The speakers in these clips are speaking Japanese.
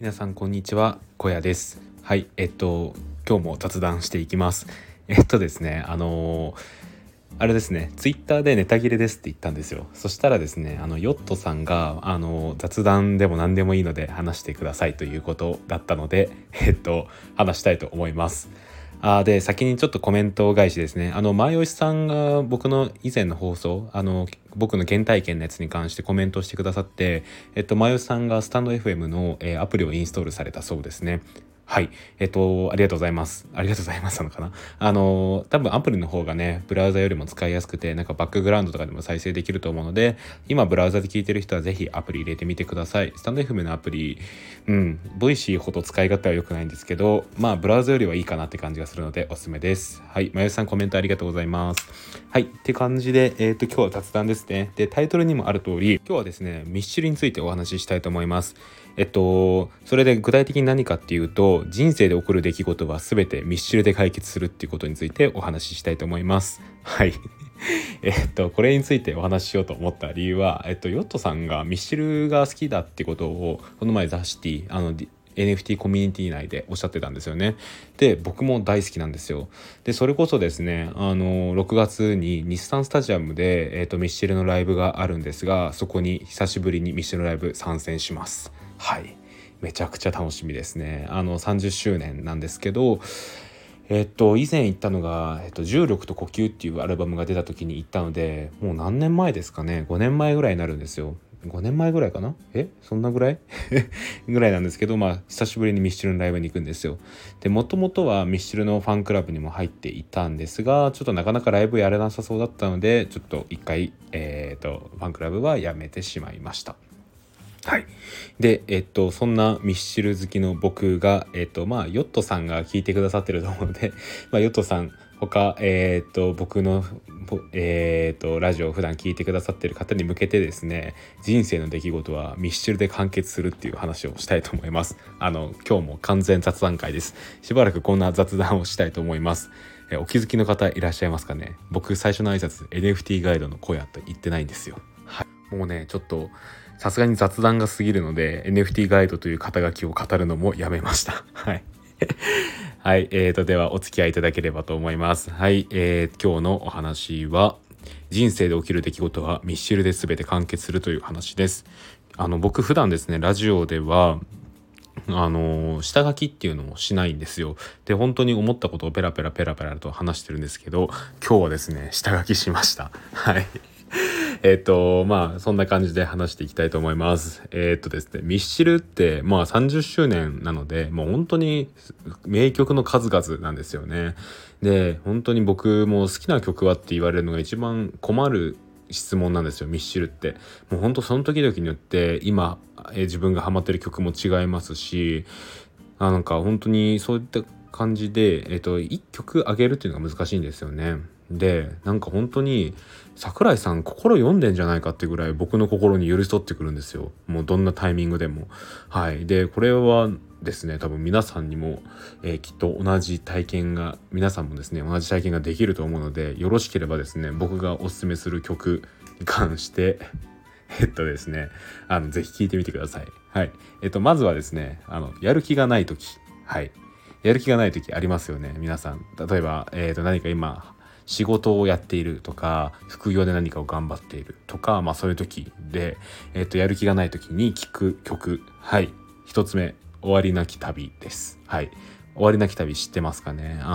皆さんこんにちは、小屋です。はい、今日も雑談していきます。ですね、あれですね、ツイッターでネタ切れですって言ったんですよ。そしたらですね、ヨットさんが雑談でも何でもいいので話してくださいということだったので、話したいと思います。で先にちょっとコメント返しですね。前吉さんが僕の以前の放送、僕の原体験のやつに関してコメントしてくださって、前吉さんがスタンド FM の、アプリをインストールされたそうですね。はい。ありがとうございます。ありがとうございますなのかな。多分アプリの方がね、ブラウザよりも使いやすくて、なんかバックグラウンドとかでも再生できると思うので、今ブラウザで聞いてる人はぜひアプリ入れてみてください。スタンド FM のアプリ、ボイシーほど使い勝手は良くないんですけど、ブラウザよりはいいかなって感じがするのでおすすめです。はい。まゆさんコメントありがとうございます。はい。って感じで、今日は雑談ですね。で、タイトルにもある通り、今日はですね、ミッシュルについてお話ししたいと思います。それで具体的に何かっていうと、人生で起こる出来事は全てミッシュルで解決するっていうことについてお話ししたいと思います。はい。これについてお話ししようと思った理由は、ヨットさんがミッシュルが好きだってことを、この前ザ・シティ、NFT コミュニティ内でおっしゃってたんですよね。で、僕も大好きなんですよ。で、それこそですね、6月に日産スタジアムで、ミッシルのライブがあるんですが、そこに久しぶりにミッシルのライブ参戦します。はい。めちゃくちゃ楽しみですね。30周年なんですけど、以前行ったのが、重力と呼吸っていうアルバムが出た時に行ったので、もう何年前ですかね。5年前ぐらいになるんですよ。5年前ぐらいかな。そんなぐらいぐらいなんですけど、久しぶりにミッシュルのライブに行くんですよ。で、もともとはミッシュルのファンクラブにも入っていたんですが、ちょっとなかなかライブやれなさそうだったので、ちょっと一回、ファンクラブはやめてしまいました。はい。で、そんなミッシル好きの僕が、ヨットさんが聞いてくださってると思うので、ヨットさん、他、僕の、ラジオを普段聞いてくださってる方に向けてですね、人生の出来事はミッシルで完結するっていう話をしたいと思います。今日も完全雑談会です。しばらくこんな雑談をしたいと思います。お気づきの方いらっしゃいますかね。僕、最初の挨拶、NFT ガイドの小屋と言ってないんですよ。はい。もうね、ちょっと、さすがに雑談が過ぎるので NFT ガイドという肩書きを語るのもやめました。はい。はい。ではお付き合いいただければと思います。はい。今日のお話は、人生で起きる出来事はミッシルで全て完結するという話です。僕普段ですね、ラジオでは、下書きっていうのもしないんですよ。で、本当に思ったことをペラペラペラペラと話してるんですけど、今日はですね、下書きしました。はい。そんな感じで話していきたいと思います。ですね、ミッシルって、30周年なので、もう本当に名曲の数々なんですよね。で、本当に僕も好きな曲はって言われるのが一番困る質問なんですよ、ミッシルって。もう本当その時々によって、今、自分がハマってる曲も違いますし、なんか本当にそういった感じで、一曲あげるっていうのが難しいんですよね。で、なんか本当に桜井さん心読んでんじゃないかってぐらい僕の心に寄り添ってくるんですよ。もうどんなタイミングでも。はい。で、これはですね、多分皆さんにも、きっと同じ体験が、皆さんもですね、同じ体験ができると思うので、よろしければですね、僕がおすすめする曲に関して、ですね、ぜひ聴いてみてください。はい。まずはですね、やる気がない時。はい。やる気がない時ありますよね、皆さん。例えば、何か今、仕事をやっているとか、副業で何かを頑張っているとか、そういう時で、やる気がない時に聴く曲。はい。一つ目、終わりなき旅です。はい。終わりなき旅知ってますかね。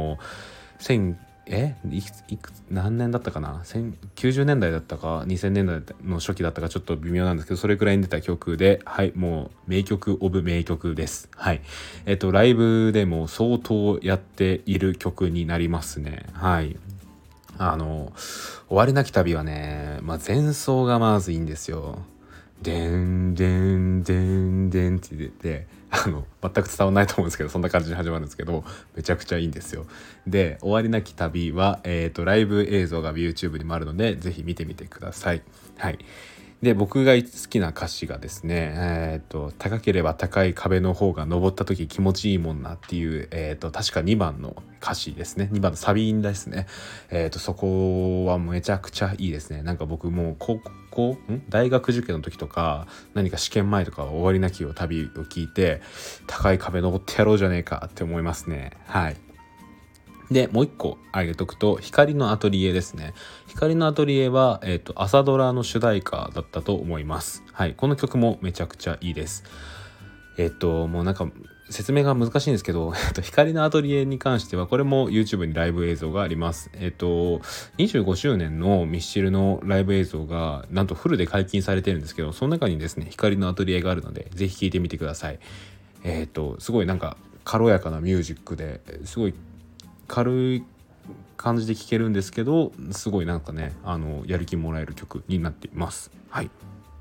何年だったかな、90年代だったか2000年代の初期だったかちょっと微妙なんですけど、それくらいに出た曲で、はい、もう名曲オブ名曲です。はい。ライブでも相当やっている曲になりますね。はい。終わりなき旅はね、前奏がまずいいんですよ。でんでんでんでんって出て、全く伝わらないと思うんですけど、そんな感じに始まるんですけど、めちゃくちゃいいんですよ。で、終わりなき旅は、ライブ映像が YouTube にもあるので、ぜひ見てみてください。はい。 で僕が好きな歌詞がですね、高ければ高い壁の方が登った時気持ちいいもんなっていう、確か2番の歌詞ですね。2番のサビですね。そこはめちゃくちゃいいですね。なんか僕もう大学受験の時とか何か試験前とか終わりなきを旅を聞いて高い壁登ってやろうじゃねえかって思いますね。はい。でもう一個挙げとくと光のアトリエですね。光のアトリエは、朝ドラの主題歌だったと思います。はい、この曲もめちゃくちゃいいです。もうなんか説明が難しいんですけど、光のアトリエに関してはこれも YouTube にライブ映像があります。25周年のミスチルのライブ映像がなんとフルで解禁されてるんですけど、その中にですね光のアトリエがあるのでぜひ聴いてみてください。すごいなんか軽やかなミュージックですごい軽い感じで聴けるんですけど、すごいなんかねやる気もらえる曲になっています。はい。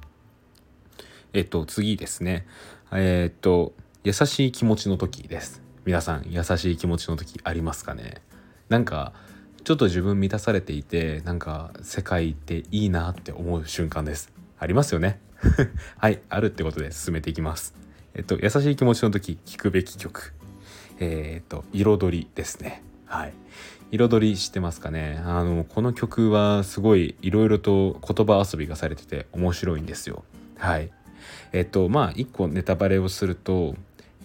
次ですね。優しい気持ちの時です。皆さん優しい気持ちの時ありますかね。なんかちょっと自分満たされていて、なんか世界っていいなって思う瞬間です。ありますよね。はい、あるってことで進めていきます。優しい気持ちの時聴くべき曲、彩りですね。はい、彩り知ってますかね。この曲はすごいいろいろと言葉遊びがされてて面白いんですよ。はい。まあ一個ネタバレをすると、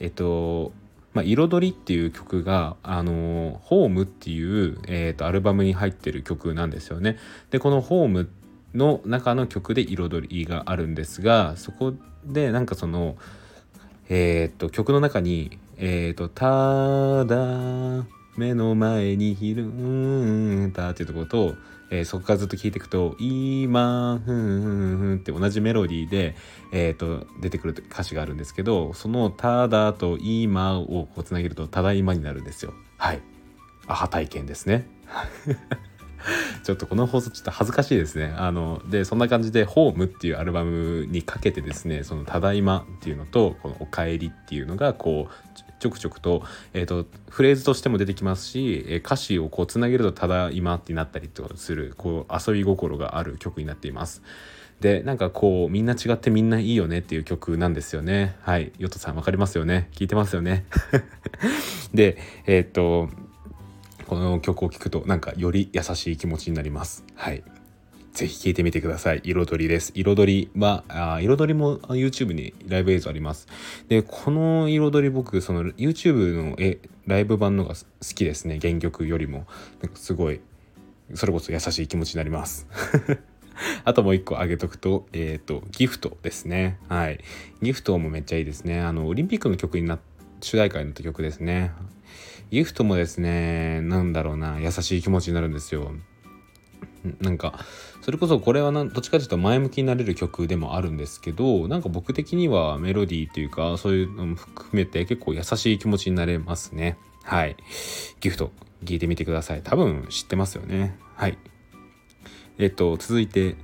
彩りっていう曲がホームっていう、アルバムに入ってる曲なんですよね。でこのホームの中の曲で彩りがあるんですが、そこでなんかその曲の中にただ目の前にいるんだっていうところと、そこからずっと聞いていくと今ふんふんふんって同じメロディーで、出てくる歌詞があるんですけど、そのただと今をこうつなげるとただいまになるんですよ。はい。アハ体験ですね。ちょっとこの放送ちょっと恥ずかしいですね。でそんな感じでホームっていうアルバムにかけてですね、そのただいまっていうのとこのおかえりっていうのがこうちょくちょくと、フレーズとしても出てきますし、歌詞をこうつなげるとただいまってなったりとするこう遊び心がある曲になっています。でなんかこうみんな違ってみんないいよねっていう曲なんですよね。はい、ヨトさんわかりますよね。聞いてますよね。でこの曲を聴くとなんかより優しい気持ちになります。はい。ぜひ聴いてみてください。彩りです。彩りは彩りも YouTube にライブ映像あります。でこの彩り僕その YouTube のライブ版のが好きですね。原曲よりもなんかすごいそれこそ優しい気持ちになります。あともう一個挙げとくとギフトですね。はい。ギフトもめっちゃいいですね。オリンピックの曲に主題歌になった曲ですね。ギフトもですね、なんだろうな、優しい気持ちになるんですよ。なんかそれこそこれはどっちかというと前向きになれる曲でもあるんですけど、なんか僕的にはメロディーというかそういうのも含めて結構優しい気持ちになれますね。はい。ギフト聞いてみてください。多分知ってますよね。はい。続いて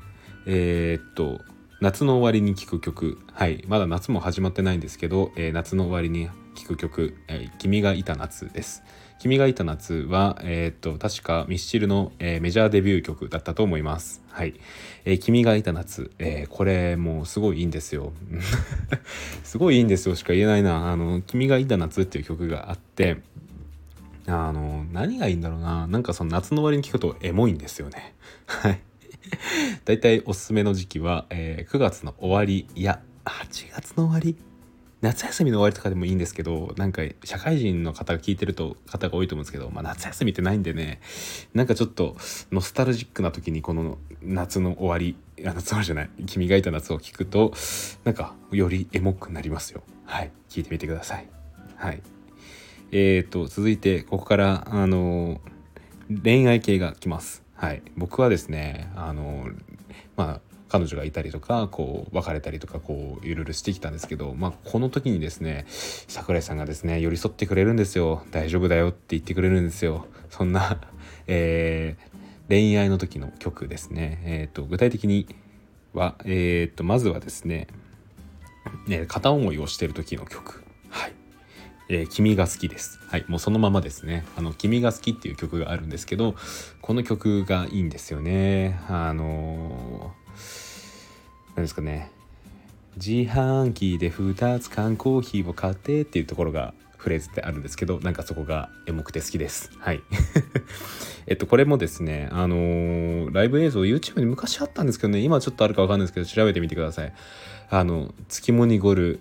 夏の終わりに聴く曲。はい。まだ夏も始まってないんですけど、夏の終わりに聴く曲、君がいた夏です。君がいた夏は、確かミスチルの、メジャーデビュー曲だったと思います。はい。君がいた夏、これもうすごいいいんですよ。すごいいいんですよしか言えないな。君がいた夏っていう曲があって、何がいいんだろうな。なんかその夏の終わりに聴くとエモいんですよね。はい。だいたいおすすめの時期は、9月の終わり、いや8月の終わり、夏休みの終わりとかでもいいんですけど、なんか社会人の方が聞いてる方が多いと思うんですけど、夏休みってないんでね、なんかちょっとノスタルジックな時にこの夏の終わり、夏のじゃない君がいた夏を聞くとなんかよりエモくなりますよ。はい、聞いてみてください。はい。続いてここから恋愛系が来ます。はい、僕はですね彼女がいたりとかこう別れたりとかこういろいろしてきたんですけど、この時にですね桜井さんがですね寄り添ってくれるんですよ。大丈夫だよって言ってくれるんですよ。そんな、恋愛の時の曲ですね。具体的には、まずはですね、片思いをしてる時の曲。はい。君が好きです。はい、もうそのままですね。君が好きっていう曲があるんですけど、この曲がいいんですよね。 何ですかね、自販機で2つ缶コーヒーを買ってっていうところがフレーズってあるんですけど、なんかそこがエモくて好きです。はいこれもですね、ライブ映像 YouTube に昔あったんですけどね、今ちょっとあるか分かんないですけど調べてみてください。月も濁る、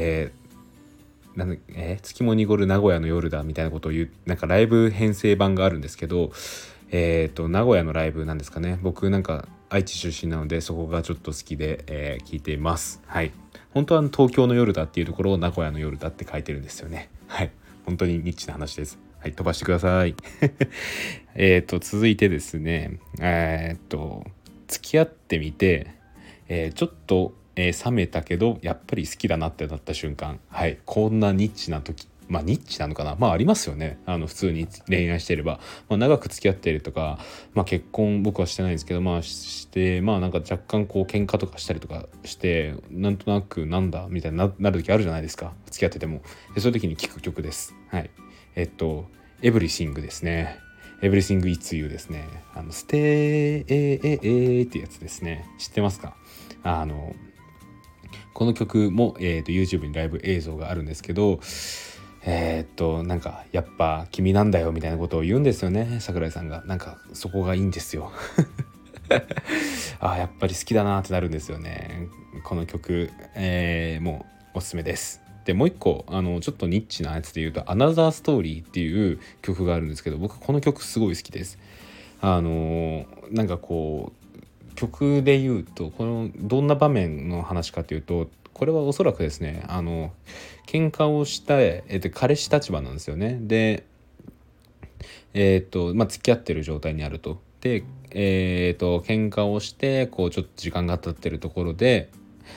月も濁る名古屋の夜だみたいなことを言う、なんかライブ編成版があるんですけど、名古屋のライブなんですかね。僕なんか愛知出身なのでそこがちょっと好きで、聞いています。はい。本当は東京の夜だっていうところを名古屋の夜だって書いてるんですよね。はい。本当にニッチな話です。はい、飛ばしてください。続いてですね、付き合ってみて、ちょっと、冷めたけどやっぱり好きだなってなった瞬間。はい、こんなニッチな時、まあニッチなのかな、まあありますよね。普通に恋愛していれば、長く付き合っているとか、結婚僕はしてないんですけど、して、なんか若干こう喧嘩とかしたりとかして、なんとなくなんだみたいになる時あるじゃないですか、付き合ってても。でそういう時に聴く曲です。はい。エブリシングですね。エブリシングいつゆですね。ステーってやつですね。知ってますか？この曲も、YouTube にライブ映像があるんですけど、なんかやっぱ君なんだよみたいなことを言うんですよね、桜井さんが。なんかそこがいいんですよやっぱり好きだなってなるんですよね、この曲。もうおすすめです。でもう一個ちょっとニッチなやつで言うと「アナザーストーリー」っていう曲があるんですけど、僕この曲すごい好きです。なんかこう曲で言うと、このどんな場面の話かというと、これはおそらくですね、喧嘩をした、彼氏立場なんですよね。で付き合ってる状態にあると。で喧嘩をしてこうちょっと時間が経ってるところで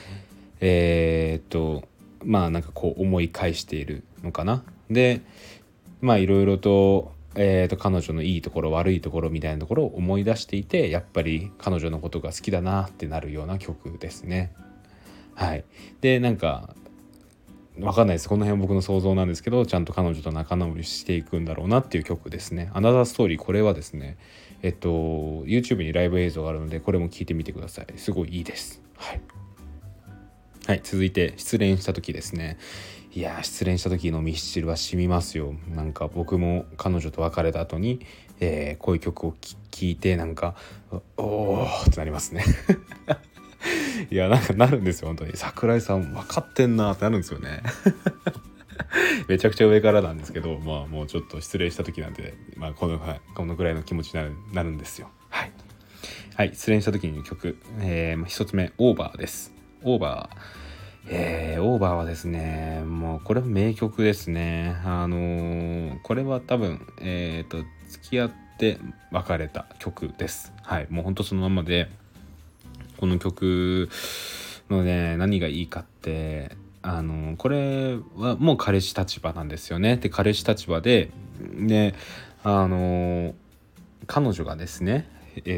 なんかこう思い返しているのかな。でいろいろと彼女のいいところ悪いところみたいなところを思い出していて、やっぱり彼女のことが好きだなってなるような曲ですね。はい。でなんかわかんないです、この辺は僕の想像なんですけど、ちゃんと彼女と仲直りしていくんだろうなっていう曲ですね。アナザーストーリー、これはですねYouTube にライブ映像があるので、これも聞いてみてください。すごいいいです。はい、はい、続いて失恋した時ですね。いや失恋した時のミスチルは染みますよ。なんか僕も彼女と別れた後に、こういう曲を聴いてなんかおーってなりますねいやなんかなるんですよ、本当に。桜井さん分かってんなってなるんですよねめちゃくちゃ上からなんですけど、もうちょっと失礼した時なんで、このぐらいの気持ちになるんですよ。はい、はい、失恋した時に曲、一つ目オーバーです。オーバー、オーバーはですね、もうこれは名曲ですね。これは多分付き合って別れた曲です。はい、もうほんとそのままで、この曲のね何がいいかって、これはもう彼氏立場なんですよね。で彼氏立場で彼女がですね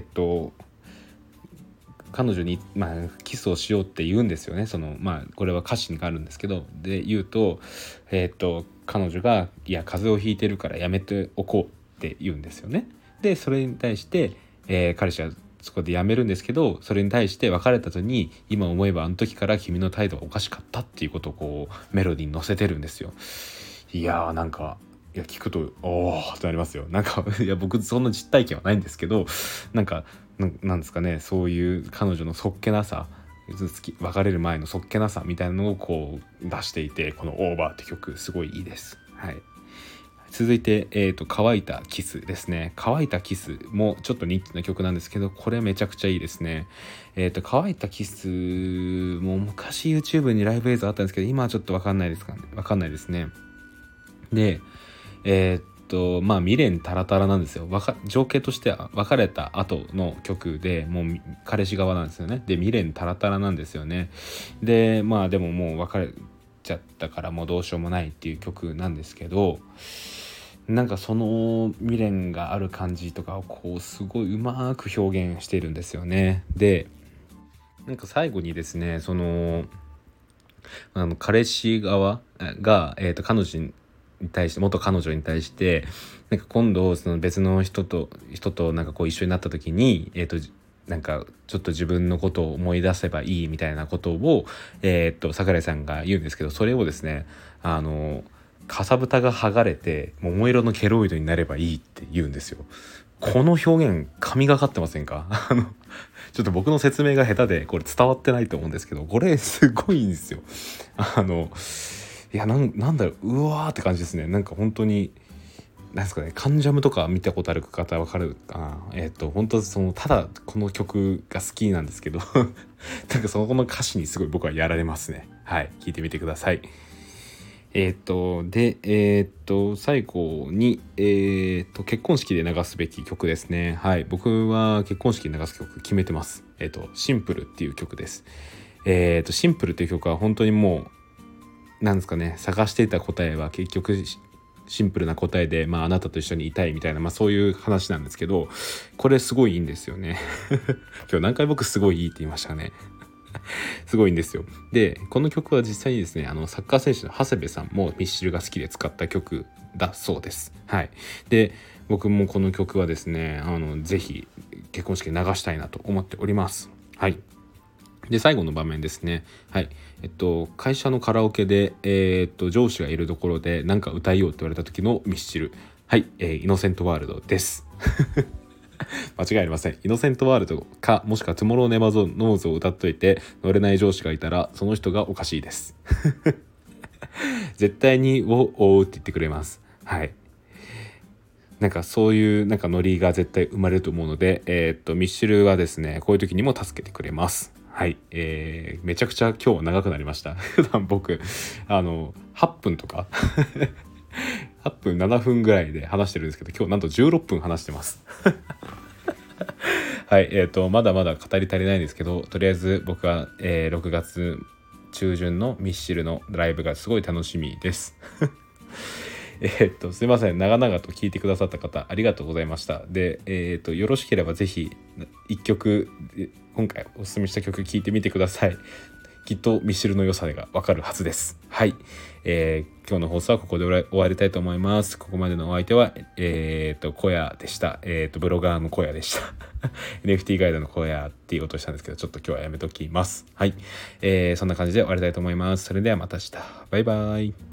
彼女に、キスをしようって言うんですよね。これは歌詞があるんですけど、で言うと彼女が「いや風邪をひいてるからやめておこう」って言うんですよね。でそれに対して、彼氏はそこでやめるんですけど、それに対して別れた後に「今思えばあの時から君の態度がおかしかった」っていうことをこうメロディーに乗せてるんですよ。いやーなんか聞くとおーってなりますよ。なんかいや僕そんな実体験はないんですけど、なんですかね、そういう彼女のそっけなさ、別れる前のそっけなさみたいなのをこう出していて、この「オーバー」って曲すごいいいです。はい。続いて、乾いたキスですね。乾いたキスもちょっとニッチな曲なんですけど、これめちゃくちゃいいですね。乾いたキスも昔 YouTube にライブ映像あったんですけど、今はちょっとわかんないですね。で未練タラタラなんですよ。情景としては別れた後の曲で、もう彼氏側なんですよね。で未練タラタラなんですよね。ででももう別れちゃったからもうどうしようもないっていう曲なんですけど、なんかその未練がある感じとかをこうすごいうまく表現しているんですよね。でなんか最後にですね、彼氏側が、彼女に対して元彼女に対してなんか今度その別の人となんかこう一緒になった時になんかちょっと自分のことを思い出せばいいみたいなことを桜井さんが言うんですけど、それをですねかさぶたが剥がれて桃色のケロイドになればいいって言うんですよ。この表現神がかってませんか？ちょっと僕の説明が下手でこれ伝わってないと思うんですけど、これすごいんですよ。いやなんだろう、うわーって感じですね。なんか本当になんですかね、カンジャムとか見たことある方わかるかな。本当ただこの曲が好きなんですけどなんかその歌詞にすごい僕はやられますね。はい、聞いてみてください。最後に結婚式で流すべき曲ですね。はい、僕は結婚式で流す曲決めてます。シンプルっていう曲です。シンプルっていう曲は本当にもうなんですかね、探していた答えは結局シンプルな答えで、あなたと一緒にいたいみたいな、そういう話なんですけど、これすごいいいんですよね。今日何回僕すごいいいって言いましたね。すごいんですよ。でこの曲は実際にですねサッカー選手の長谷部さんもミッシルが好きで使った曲だそうです。はい。で僕もこの曲はですねぜひ結婚式で流したいなと思っております。はい。で最後の場面ですね。はい。会社のカラオケで上司がいるところで何か歌いようって言われた時のミッシル。はい、イノセントワールドです。間違いありません。イノセントワールドかもしくはトゥモローネバーノーズを歌っといて乗れない上司がいたらその人がおかしいです。絶対におうって言ってくれます。はい。なんかそういうなんかノリが絶対生まれると思うので、ミッシルはですねこういう時にも助けてくれます。はい。めちゃくちゃ今日長くなりました。普段僕8分とか8分7分ぐらいで話してるんですけど、今日なんと16分話してます。はい。まだまだ語り足りないんですけど、とりあえず僕は、6月中旬のミッシルのライブがすごい楽しみです。すいません、長々と聞いてくださった方ありがとうございました。で、よろしければぜひ1曲今回おすすめした曲聴いてみてください。きっとミッシルの良さがわかるはずです。はい、今日の放送はここで終わりたいと思います。ここまでのお相手は小屋でした。ブロガーの小屋でした。NFT ガイドの小屋って言おうとしたんですけど、ちょっと今日はやめときます。はい、そんな感じで終わりたいと思います。それではまた明日。バイバイ。